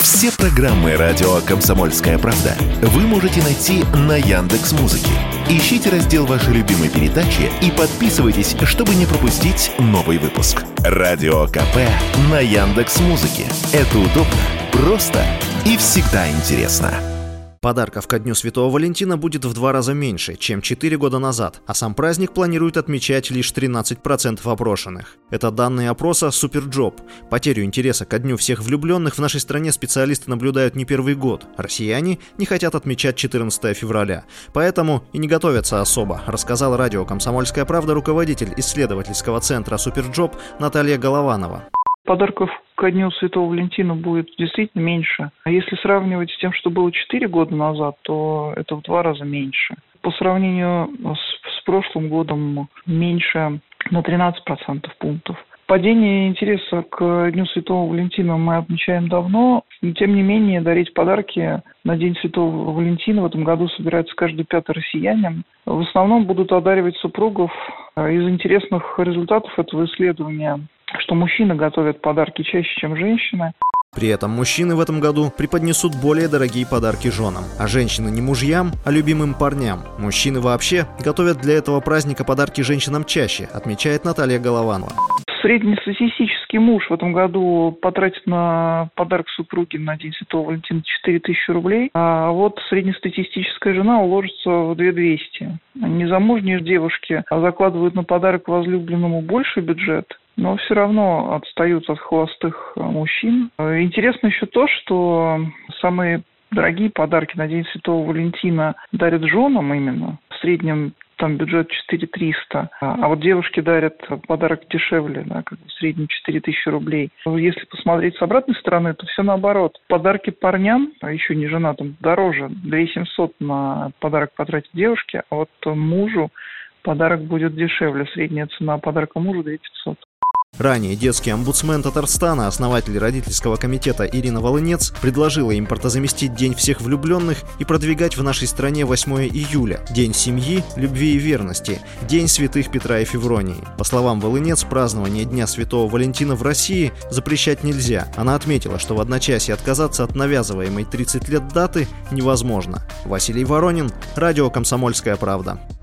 Все программы радио «Комсомольская правда» вы можете найти на Яндекс.Музыке. Ищите раздел вашей любимой передачи и подписывайтесь, чтобы не пропустить новый выпуск. Радио КП на Яндекс.Музыке. Это удобно, просто и всегда интересно. Подарков ко Дню Святого Валентина будет в 2 раза меньше, чем 4 года назад, а сам праздник планирует отмечать лишь 13% опрошенных. Это данные опроса Superjob. Потерю интереса ко Дню всех влюбленных в нашей стране специалисты наблюдают не первый год. Россияне не хотят отмечать 14 февраля. Поэтому и не готовятся особо, рассказал радио «Комсомольская правда» руководитель исследовательского центра Superjob Наталья Голованова. Подарков ко Дню Святого Валентина будет действительно меньше. А если сравнивать с тем, что было 4 года назад, то это в 2 раза меньше. По сравнению с прошлым годом меньше на 13% пунктов. Падение интереса к Дню Святого Валентина мы отмечаем давно. Но, тем не менее, дарить подарки на День Святого Валентина в этом году собирается каждый 5-й россиянин. В основном будут одаривать супругов. Из интересных результатов этого исследования, что мужчины готовят подарки чаще, чем женщины. При этом мужчины в этом году преподнесут более дорогие подарки женам, а женщины не мужьям, а любимым парням. Мужчины вообще готовят для этого праздника подарки женщинам чаще, отмечает Наталья Голованова. Среднестатистический муж в этом году потратит на подарок супруге на День Святого Валентина 4000 рублей, а вот среднестатистическая жена уложится в 2200. Незамужние девушки закладывают на подарок возлюбленному больше бюджет, но все равно отстают от холостых мужчин. Интересно еще то, что самые дорогие подарки на День Святого Валентина дарят женам именно. В среднем там бюджет 4300, а вот девушки дарят подарок дешевле, в среднем 4000 рублей. Если посмотреть с обратной стороны, то все наоборот. Подарки парням, а еще не женатым, дороже. 2700 на подарок потратить девушке, а вот мужу подарок будет дешевле. Средняя цена подарка мужу 2500. Ранее детский омбудсмен Татарстана, основатель родительского комитета Ирина Волынец, предложила импортозаместить День всех влюбленных и продвигать в нашей стране 8 июля – День семьи, любви и верности, День святых Петра и Февронии. По словам Волынец, празднование Дня Святого Валентина в России запрещать нельзя. Она отметила, что в одночасье отказаться от навязываемой 30 лет даты невозможно. Василий Воронин, радио «Комсомольская правда».